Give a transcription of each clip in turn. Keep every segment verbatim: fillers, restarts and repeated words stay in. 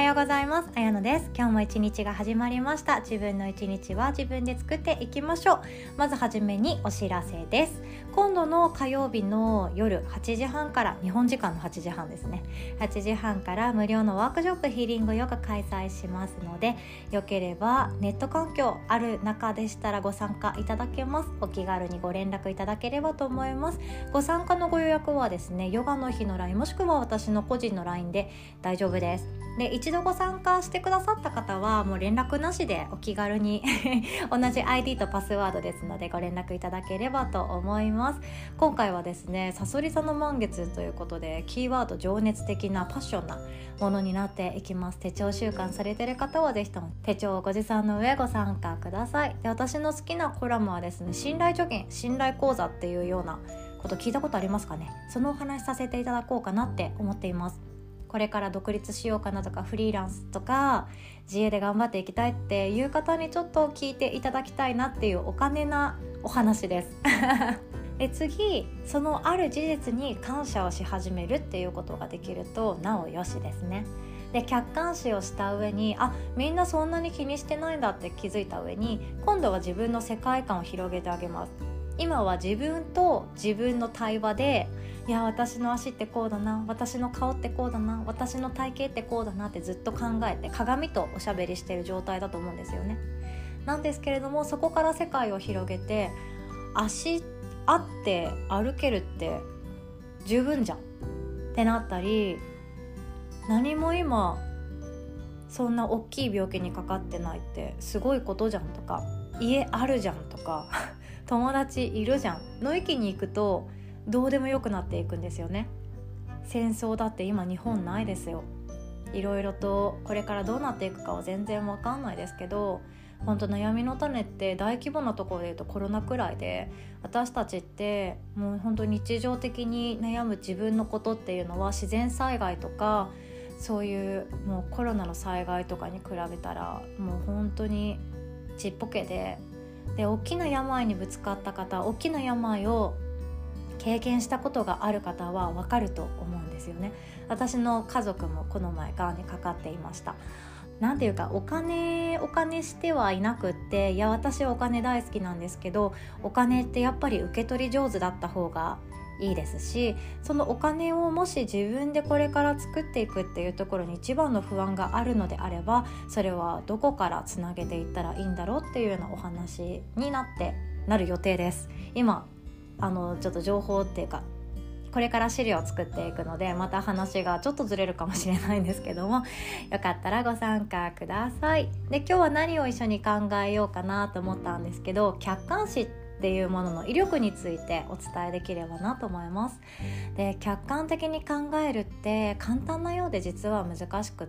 ようございます。あやのです。今日も一日が始まりました。自分の一日は自分で作っていきましょう。まずはじめにお知らせです。今度の火曜日の夜はちじはんから、日本時間のはちじはんですね、はちじはんから無料のワークショップヒーリングヨガ開催しますので、よければネット環境ある中でしたらご参加いただけます。お気軽にご連絡いただければと思います。ご参加のご予約はですね、ヨガの日の ライン もしくは私の個人の ライン で大丈夫です。で、一度ご参加してくださった方はもう連絡なしでお気軽に同じ アイディー とパスワードですのでご連絡いただければと思います。今回はですね、さそり座の満月ということで、キーワード情熱的なパッションなものになっていきます。手帳習慣されている方はぜひとも手帳をご持参の上ご参加ください。で、私の好きなコラムはですね、信頼貯金、信頼口座っていうようなこと聞いたことありますかね。そのお話させていただこうかなって思っています。これから独立しようかなとか、フリーランスとか自営で頑張っていきたいっていう方にちょっと聞いていただきたいなっていうお金なお話ですで、次、そのある事実に感謝をし始めるっていうことができるとなおよしですね。で、客観視をした上に、あ、みんなそんなに気にしてないんだって気づいた上に、今度は自分の世界観を広げてあげます。今は自分と自分の対話で、いや、私の足ってこうだな、私の顔ってこうだな、私の体型ってこうだなってずっと考えて、鏡とおしゃべりしている状態だと思うんですよね。なんですけれども、そこから世界を広げて、足あって歩けるって十分じゃんってなったり、何も今そんな大きい病気にかかってないってすごいことじゃんとか、家あるじゃんとか友達いるじゃんの域に行くとどうでもよくなっていくんですよね。戦争だって今日本ないですよ。いろいろとこれからどうなっていくかは全然わかんないですけど、本当悩みの種って大規模なところでいうとコロナくらいで、私たちってもう本当日常的に悩む自分のことっていうのは、自然災害とかそういうもうコロナの災害とかに比べたらもう本当にちっぽけで、で、大きな病にぶつかった方、大きな病を経験したことがある方は分かると思うんですよね。私の家族もこの前がんにかかっていました。なんていうか、お金お金してはいなくって、いや、私はお金大好きなんですけど、お金ってやっぱり受け取り上手だった方がいいですし、そのお金をもし自分でこれから作っていくっていうところに一番の不安があるのであれば、それはどこからつなげていったらいいんだろうっていうようなお話になってなる予定です。今あのちょっと情報っていうか、これから資料を作っていくので、また話がちょっとずれるかもしれないんですけども、よかったらご参加ください。で、今日は何を一緒に考えようかなと思ったんですけど、客観視っていうものの威力についてお伝えできればなと思います。で、客観的に考えるって簡単なようで実は難しくって、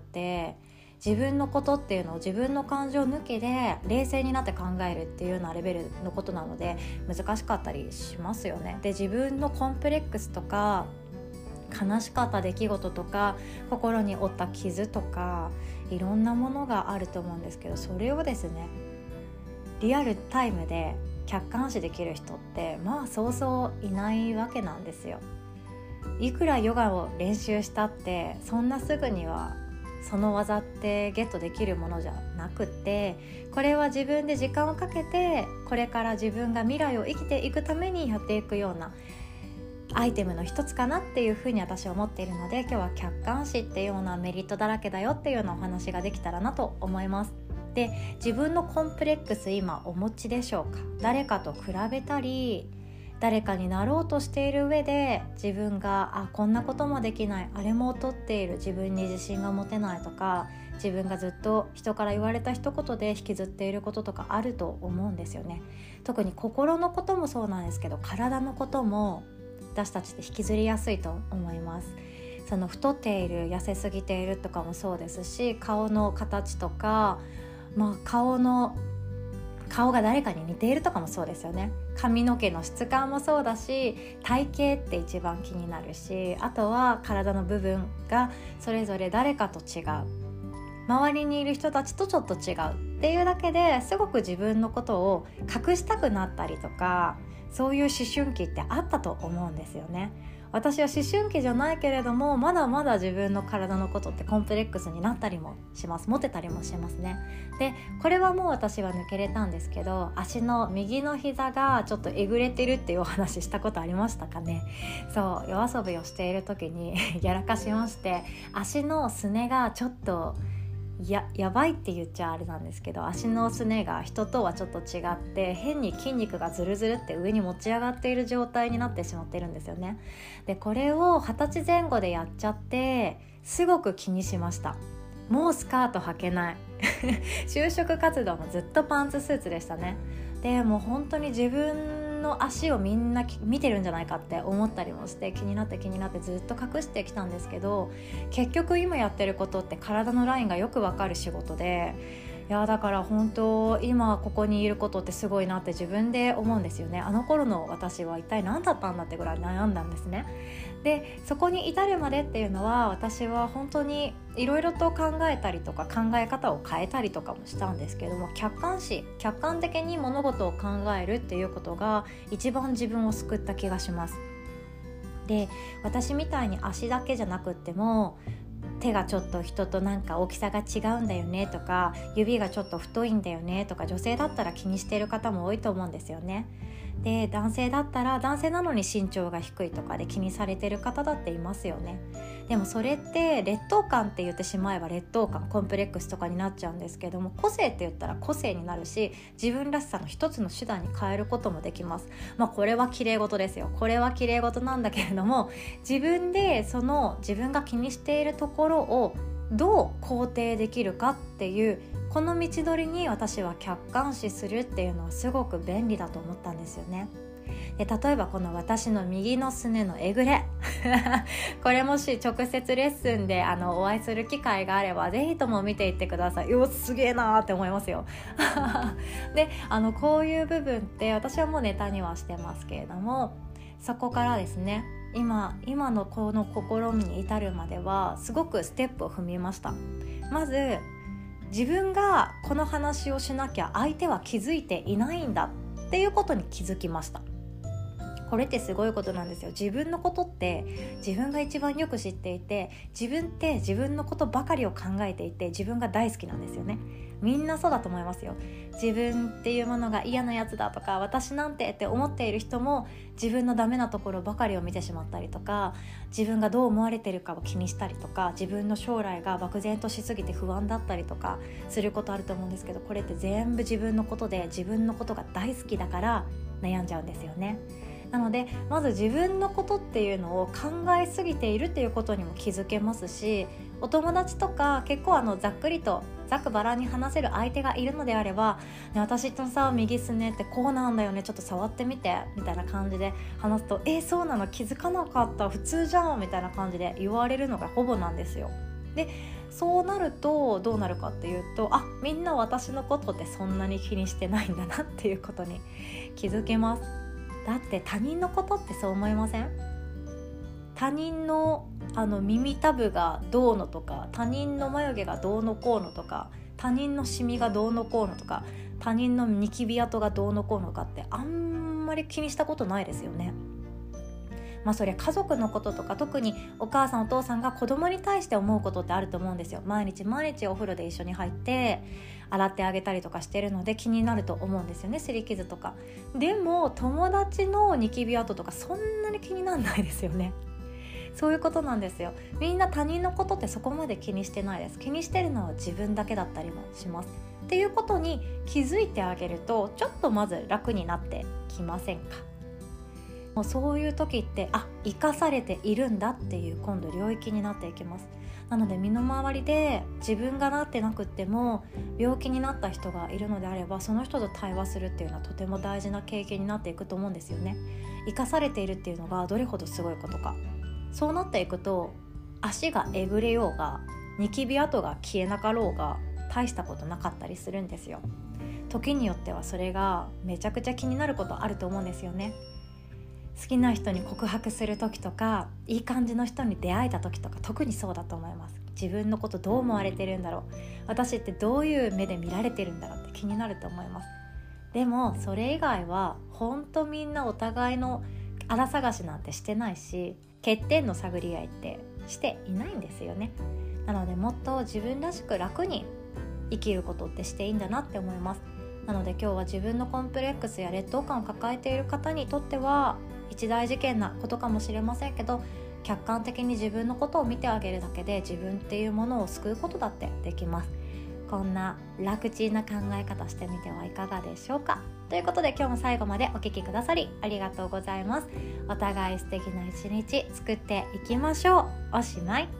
自分のことっていうのを自分の感情抜きで冷静になって考えるっていうようなレベルのことなので難しかったりしますよね。で、自分のコンプレックスとか悲しかった出来事とか心に負った傷とかいろんなものがあると思うんですけど、それをですね、リアルタイムで客観視できる人ってまあそうそういないわけなんですよ。いくらヨガを練習したってそんなすぐにはその技ってゲットできるものじゃなくって、これは自分で時間をかけて、これから自分が未来を生きていくためにやっていくようなアイテムの一つかなっていうふうに私は思っているので、今日は客観視っていうようなメリットだらけだよっていうようなお話ができたらなと思います。で、自分のコンプレックス今お持ちでしょうか。誰かと比べたり、誰かになろうとしている上で自分があこんなこともできない、あれも劣っている、自分に自信が持てないとか、自分がずっと人から言われた一言で引きずっていることとかあると思うんですよね。特に心のこともそうなんですけど、体のことも私たちって引きずりやすいと思います。その太っている、痩せすぎているとかもそうですし、顔の形とか、まあ、顔の顔が誰かに似ているとかもそうですよね。髪の毛の質感もそうだし、体型って一番気になるし、あとは体の部分がそれぞれ誰かと違う、周りにいる人たちとちょっと違うっていうだけですごく自分のことを隠したくなったりとか、そういう思春期ってあったと思うんですよね。 私は思春期じゃないけれどもまだまだ自分の体のことってコンプレックスになったりもします。持ってたりもしますね。でこれはもう私は抜けれたんですけど、足の右の膝がちょっとえぐれてるっていうお話したことありましたかね。そう夜遊びをしている時にやらかしまして、足のすねがちょっとや, やばいって言っちゃあれなんですけど、足のすねが人とはちょっと違って変に筋肉がズルズルって上に持ち上がっている状態になってしまっているんですよね。でこれをはたちぜん後でやっちゃってすごく気にしました。もうスカート履けない就職活動もずっとパンツスーツでしたね。でもう本当に自分の足をみんな見てるんじゃないかって思ったりもして、気になって気になってずっと隠してきたんですけど、結局今やってることって体のラインがよくわかる仕事で、いやだから本当今ここにいることってすごいなって自分で思うんですよね。あの頃の私は一体何だったんだってぐらい悩んだんですね。でそこに至るまでっていうのは、私は本当にいろいろと考えたりとか考え方を変えたりとかもしたんですけども、客観視客観的に物事を考えるっていうことが一番自分を救った気がします。で私みたいに足だけじゃなくっても、手がちょっと人となんか大きさが違うんだよねとか、指がちょっと太いんだよねとか、女性だったら気にしている方も多いと思うんですよね。で男性だったら男性なのに身長が低いとかで気にされてる方だっていますよね。でもそれって劣等感って言ってしまえば劣等感、コンプレックスとかになっちゃうんですけども、個性って言ったら個性になるし、自分らしさの一つの手段に変えることもできます。まあこれは綺麗事ですよ。これは綺麗事なんだけれども、自分でその自分が気にしているところをどう肯定できるかっていうこの道のりに、私は客観視するっていうのはすごく便利だと思ったんですよね。で例えばこの私の右のすねのえぐれこれもし直接レッスンであのお会いする機会があればぜひとも見ていってください。よすげえなーって思いますよであのこういう部分って私はもうネタにはしてますけれども、そこからですね、今今のこの試みに至るまではすごくステップを踏みました。まず自分がこの話をしなきゃ相手は気づいていないんだっていうことに気づきました。これってすごいことなんですよ。自分のことって自分が一番よく知っていて、自分って自分のことばかりを考えていて、自分が大好きなんですよね。みんなそうだと思いますよ。自分っていうものが嫌なやつだとか、私なんてって思っている人も自分のダメなところばかりを見てしまったりとか、自分がどう思われてるかを気にしたりとか、自分の将来が漠然としすぎて不安だったりとかすることあると思うんですけど、これって全部自分のことで、自分のことが大好きだから悩んじゃうんですよね。なのでまず自分のことっていうのを考えすぎているっていうことにも気づけますし、お友達とか結構あのざっくりとざくばらんに話せる相手がいるのであれば、ね、私とさ右すねってこうなんだよね、ちょっと触ってみてみたいな感じで話すと、えー、そうなの気づかなかった普通じゃんみたいな感じで言われるのがほぼなんですよ。でそうなるとどうなるかっていうと、あ、みんな私のことってそんなに気にしてないんだなっていうことに気づけます。だって他人のことってそう思いません？他人のあの耳たぶがどうのとか、他人の眉毛がどうのこうのとか、他人のシミがどうのこうのとか、他人のニキビ跡がどうのこうのかってあんまり気にしたことないですよね。まあそれ家族のこととか、特にお母さんお父さんが子供に対して思うことってあると思うんですよ。毎日毎日お風呂で一緒に入って洗ってあげたりとかしてるので気になると思うんですよね、擦り傷とか。でも友達のニキビ跡とかそんなに気にならないですよね。そういうことなんですよ。みんな他人のことってそこまで気にしてないです。気にしてるのは自分だけだったりもしますっていうことに気づいてあげると、ちょっとまず楽になってきませんか？もうそういう時ってあ、生かされているんだっていう今度領域になっていきます。なので身の回りで自分がなってなくっても病気になった人がいるのであれば、その人と対話するっていうのはとても大事な経験になっていくと思うんですよね。生かされているっていうのがどれほどすごいことか。そうなっていくと、足がえぐれようがニキビ跡が消えなかろうが大したことなかったりするんですよ。時によってはそれがめちゃくちゃ気になることあると思うんですよね。好きな人に告白する時とか、いい感じの人に出会えた時とか特にそうだと思います。自分のことどう思われてるんだろう、私ってどういう目で見られてるんだろうって気になると思います。でもそれ以外は本当みんなお互いのあら探しなんてしてないし、 欠点の探り合いってしていないんですよね。なのでもっと自分らしく楽に生きることってしていいんだなって思います。なので今日は自分のコンプレックスや劣等感を抱えている方にとっては一大事件なことかもしれませんけど、客観的に自分のことを見てあげるだけで自分っていうものを救うことだってできます。こんな楽ちんな考え方してみてはいかがでしょうか。ということで今日も最後までお聞きくださりありがとうございます。お互い素敵な一日作っていきましょう。おしまい。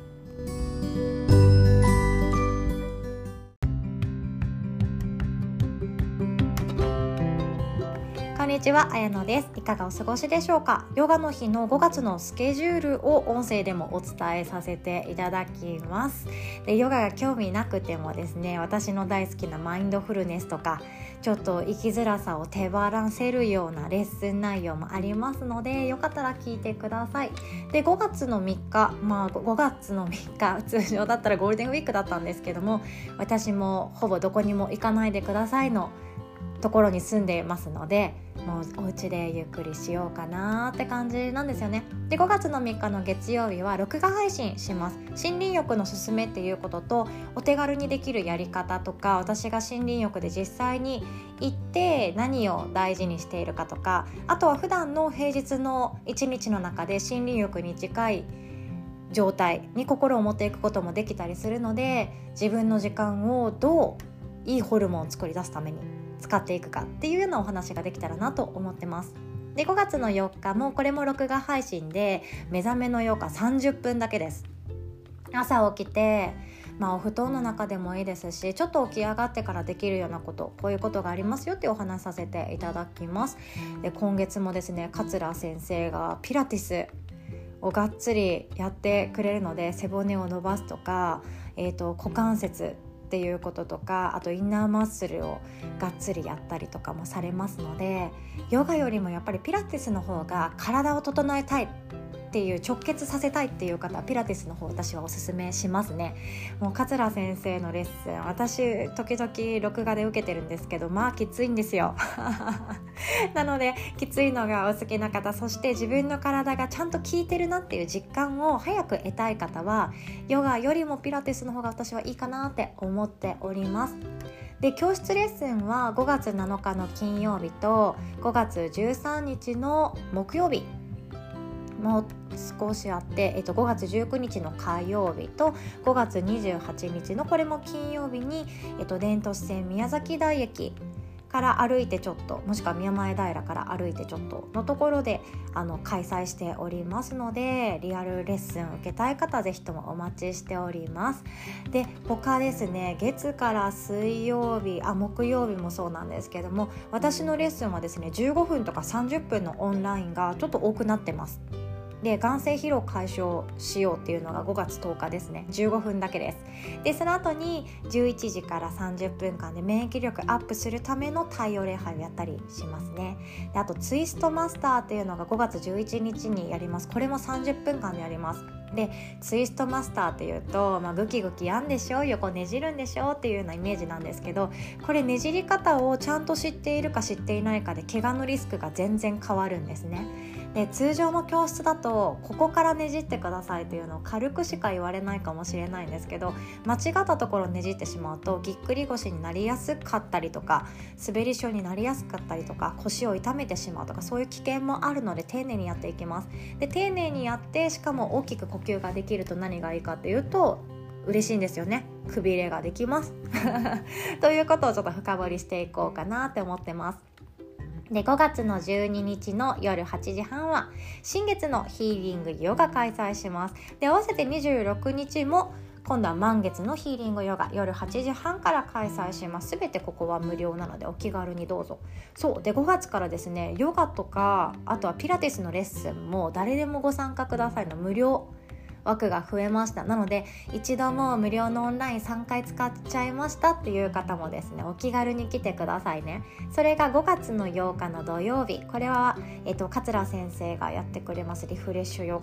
こんにちは、あやのです。いかがお過ごしでしょうか。ヨガの日のごがつのスケジュールを音声でもお伝えさせていただきます。で、ヨガが興味なくてもですね、私の大好きなマインドフルネスとかちょっと生きづらさを手放せるようなレッスン内容もありますので、よかったら聞いてください。で、ごがつのみっか、まあごがつのみっか、通常だったらゴールデンウィークだったんですけども、私もほぼどこにも行かないでくださいのところに住んでいますので、もうお家でゆっくりしようかなって感じなんですよね。で、ごがつのみっかの月曜日は録画配信します。森林浴のすすめっていうことと、お手軽にできるやり方とか、私が森林浴で実際に行って何を大事にしているかとか、あとは普段の平日の一日の中で森林浴に近い状態に心を持っていくこともできたりするので、自分の時間をどういいホルモンを作り出すために使っていくかっていうようなお話ができたらなと思ってます。で、ごがつのよっかもこれも録画配信で、目覚めのヨガさんじゅっぷんだけです。朝起きて、まあ、お布団の中でもいいですし、ちょっと起き上がってからできるようなこと、こういうことがありますよってお話させていただきます。で、今月もですね、桂先生がピラティスをがっつりやってくれるので、背骨を伸ばすとか、えーと、股関節っていうこととか、あとインナーマッスルをがっつりやったりとかもされますので、ヨガよりもやっぱりピラティスの方が体を整えたいっていう、直結させたいっていう方はピラティスの方私はおすすめしますね。もう桂先生のレッスン、私時々録画で受けてるんですけど、まあきついんですよなのできついのがお好きな方、そして自分の体がちゃんと効いてるなっていう実感を早く得たい方は、ヨガよりもピラティスの方が私はいいかなって思っております。で、教室レッスンはごがつなのかの金曜日とごがつじゅうさんにちの木曜日もう少しあって、えっと、ごがつじゅうくにちの火曜日とごがつにじゅうはちにちのこれも金曜日に、えっと、電都市線宮崎台駅から歩いてちょっと、もしくは宮前平から歩いてちょっとのところであの開催しておりますので、リアルレッスン受けたい方ぜひともお待ちしております。で、他ですね、月から水曜日、あ木曜日もそうなんですけども、私のレッスンはですねじゅうごふんとかさんじゅっぷんのオンラインがちょっと多くなってます。で、眼性疲労解消しようっていうのがごがつとおかですね。じゅうごふんだけです。で、その後にじゅういちじからさんじゅっぷんかんで免疫力アップするための太陽礼拝をやったりしますね。で、あとツイストマスターっていうのがごがつじゅういちにちにやります。これもさんじゅっぷんかんでやります。で、ツイストマスターっていうと、まあ、グキグキやんでしょ、横ねじるんでしょっていうようなイメージなんですけど、これねじり方をちゃんと知っているか知っていないかで怪我のリスクが全然変わるんですね。で、通常の教室だとここからねじってくださいというのを軽くしか言われないかもしれないんですけど、間違ったところをねじってしまうとぎっくり腰になりやすかったりとか、滑り症になりやすかったりとか、腰を痛めてしまうとか、そういう危険もあるので丁寧にやっていきます。で、丁寧にやって、しかも大きく呼吸ができると何がいいかっていうと嬉しいんですよね。くびれができますということをちょっと深掘りしていこうかなって思ってます。で、ごがつのじゅうににちの夜はちじはんは新月のヒーリングヨガ開催します。で、合わせてにじゅうろくにちも今度は満月のヒーリングヨガ夜はちじはんから開催します。すべてここは無料なのでお気軽にどうぞ。そうで、ごがつからですね、ヨガとかあとはピラティスのレッスンも誰でもご参加くださいの無料枠が増えました。なので一度も無料のオンラインさんかい使っちゃいましたっていう方もですね、お気軽に来てくださいね。それがごがつのようかの土曜日、これは、えっと、桂先生がやってくれますリフレッシュヨガ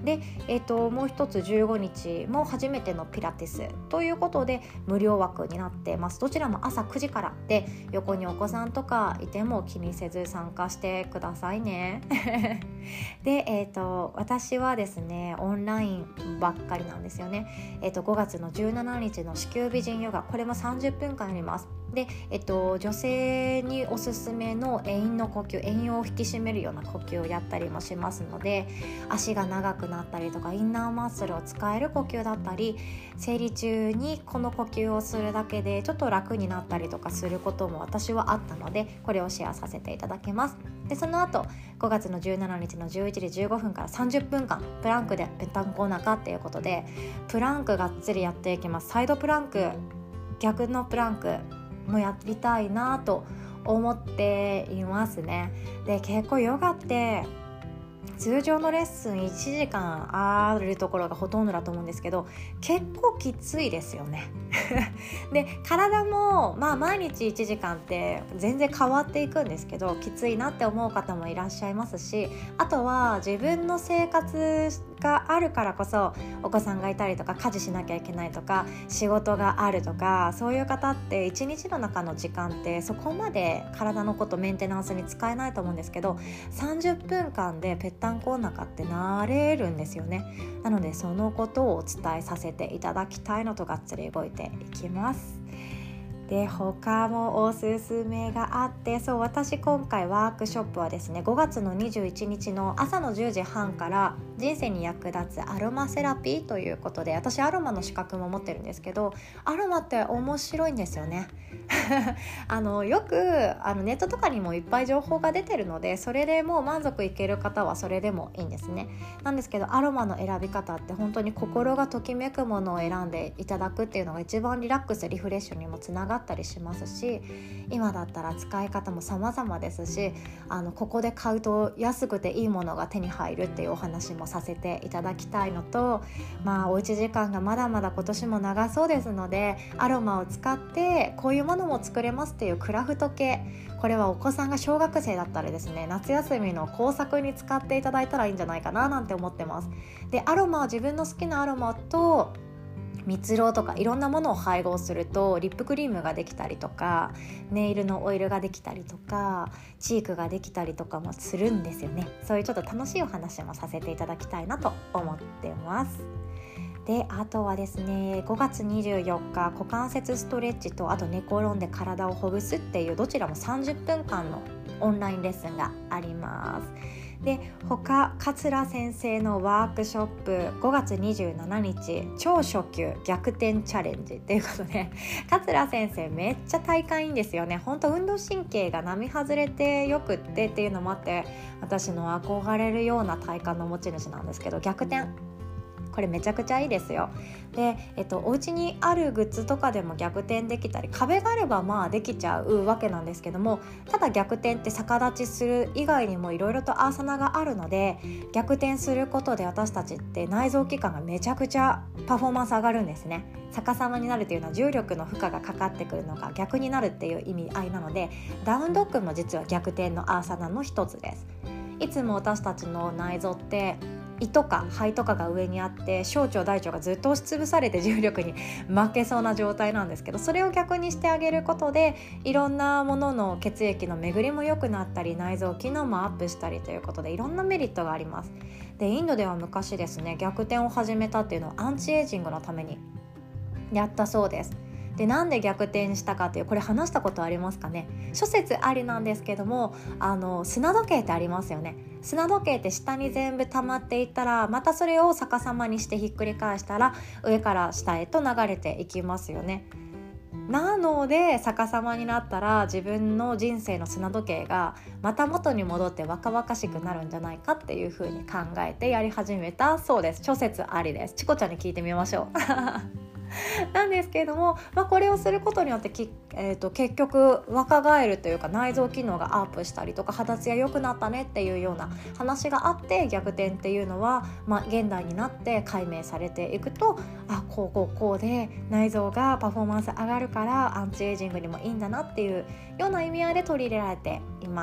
で、えー、ともう一つじゅうごにちも初めてのピラティスということで無料枠になってます。どちらも朝くじからで、横にお子さんとかいても気にせず参加してくださいねで、えー、と私はですねオンラインばっかりなんですよね。えー、とごがつのじゅうしちにちの子宮美人ヨガ、これもさんじゅっぷんかんあります。で、えっと、女性におすすめの円の呼吸、円葉を引き締めるような呼吸をやったりもしますので、足が長くなったりとかインナーマッスルを使える呼吸だったり、生理中にこの呼吸をするだけでちょっと楽になったりとかすることも私はあったので、これをシェアさせていただきます。でその後ごがつのじゅうしちにちのじゅういちじじゅうごふんからさんじゅっぷんかんプランクでぺったんこお腹っていうことで、プランクがっつりやっていきます。サイドプランク、逆のプランクもやりたいなと思っていますね。で結構ヨガって通常のレッスンいちじかんあるところがほとんどだと思うんですけど、結構きついですよねで体もまあ毎日いちじかんって全然変わっていくんですけど、きついなって思う方もいらっしゃいますし、あとは自分の生活があるからこそ、お子さんがいたりとか家事しなきゃいけないとか仕事があるとか、そういう方っていちにちの中の時間ってそこまで体のことメンテナンスに使えないと思うんですけど、さんじゅっぷんかんでぺったんこお腹ってなれるんですよね。なのでそのことをお伝えさせていただきたいのとがっつり動いていきます。で他もおすすめがあって、そう私今回ワークショップはですねごがつのにじゅういちにちの朝のじゅうじはんから人生に役立つアロマセラピーということで、私アロマの資格も持ってるんですけど、アロマって面白いんですよねあのよくあのネットとかにもいっぱい情報が出てるので、それでもう満足いける方はそれでもいいんですね。なんですけどアロマの選び方って本当に心がときめくものを選んでいただくっていうのが一番リラックスリフレッシュにもつながったりしますし、今だったら使い方も様々ですし、あのここで買うと安くていいものが手に入るっていうお話もさせていただきたいのと、まあおうち時間がまだまだ今年も長そうですので、アロマを使ってこういうものも作れますっていうクラフト系、これはお子さんが小学生だったらですね、夏休みの工作に使っていただいたらいいんじゃないかななんて思ってます。でアロマは自分の好きなアロマと蜜蝋とかいろんなものを配合するとリップクリームができたりとか、ネイルのオイルができたりとか、チークができたりとかもするんですよね。そういうちょっと楽しいお話もさせていただきたいなと思ってます。であとはですねごがつにじゅうよっか股関節ストレッチと、あと寝転んで体をほぐすっていうどちらもさんじゅっぷんかんのオンラインレッスンがあります。で他桂先生のワークショップごがつにじゅうしちにち超初級逆転チャレンジっていうことで、桂先生めっちゃ体幹いいんですよね。本当運動神経が並外れてよくってっていうのもあって、私の憧れるような体幹の持ち主なんですけど、逆転これめちゃくちゃいいですよ。で、えっと、お家にあるグッズとかでも逆転できたり、壁があればまあできちゃうわけなんですけども、ただ逆転って逆立ちする以外にもいろいろとアーサナがあるので、逆転することで私たちって内臓器官がめちゃくちゃパフォーマンス上がるんですね。逆さまになるというのは重力の負荷がかかってくるのが逆になるっていう意味合いなので、ダウンドッグも実は逆転のアーサナの一つです。いつも私たちの内臓って胃とか肺とかが上にあって、小腸大腸がずっと押しつぶされて重力に負けそうな状態なんですけど、それを逆にしてあげることでいろんなものの血液の巡りも良くなったり、内臓機能もアップしたりということでいろんなメリットがあります。でインドでは昔ですね、逆転を始めたっていうのはアンチエイジングのためにやったそうです。でなんで逆転したかっていう、これ話したことありますかね。諸説ありなんですけども、あの砂時計ってありますよね。砂時計って下に全部溜まっていったら、またそれを逆さまにしてひっくり返したら上から下へと流れていきますよね。なので逆さまになったら自分の人生の砂時計がまた元に戻って若々しくなるんじゃないかっていう風に考えてやり始めたそうです。諸説ありです。チコちゃんに聞いてみましょうなんですけれども、まあ、これをすることによってき、えーと、結局若返るというか内臓機能がアップしたりとか肌ツヤ良くなったねっていうような話があって、逆転っていうのは、まあ、現代になって解明されていくと、あこうこうこうで内臓がパフォーマンス上がるからアンチエイジングにもいいんだなっていうような意味合いで取り入れられています。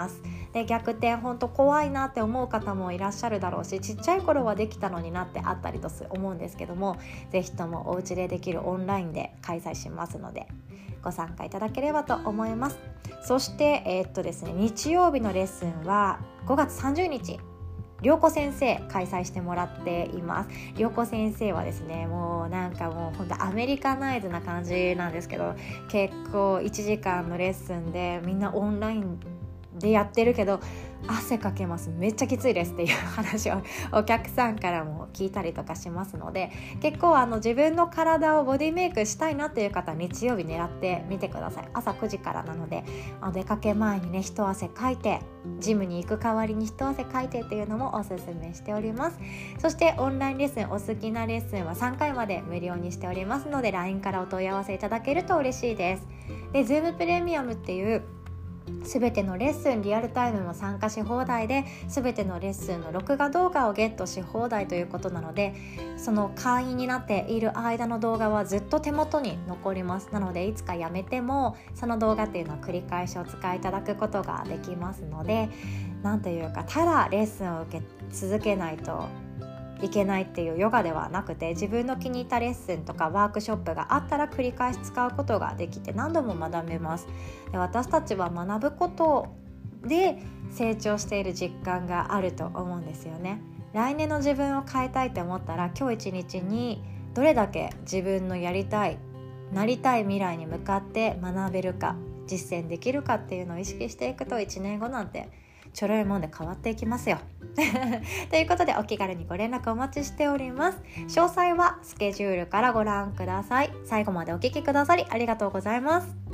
で逆転本当怖いなって思う方もいらっしゃるだろうし、ちっちゃい頃はできたのになってあったりと思うんですけども、ぜひともお家でできるオンラインで開催しますのでご参加いただければと思います。そしてえー、っとですね日曜日のレッスンはごがつさんじゅうにち涼子先生開催してもらっています。涼子先生はですねもうなんかもうほんとアメリカナイズな感じなんですけど、結構いちじかんのレッスンでみんなオンラインでやってるけど汗かけます、めっちゃきついですっていう話をお客さんからも聞いたりとかしますので、結構あの自分の体をボディメイクしたいなっていう方は日曜日狙ってみてください。朝くじからなので、お出かけ前にね一汗かいて、ジムに行く代わりに一汗かいてっていうのもおすすめしております。そしてオンラインレッスン、お好きなレッスンはさんかいまで無料にしておりますので ライン からお問い合わせいただけると嬉しいです。で Zoom プレミアムっていうすべてのレッスンリアルタイムも参加し放題で、すべてのレッスンの録画動画をゲットし放題ということなので、その会員になっている間の動画はずっと手元に残ります。なのでいつかやめてもその動画っていうのは繰り返しお使いいただくことができますので、なんというかただレッスンを受け続けないといけないっていうヨガではなくて、自分の気に入ったレッスンとかワークショップがあったら繰り返し使うことができて何度も学べます。で私たちは学ぶことで成長している実感があると思うんですよね。来年の自分を変えたいと思ったら今日一日にどれだけ自分のやりたいなりたい未来に向かって学べるか、実践できるかっていうのを意識していくといちねんごなんてちょろいもんで変わっていきますよということでお気軽にご連絡お待ちしております。詳細はスケジュールからご覧ください。最後までお聞きくださりありがとうございます。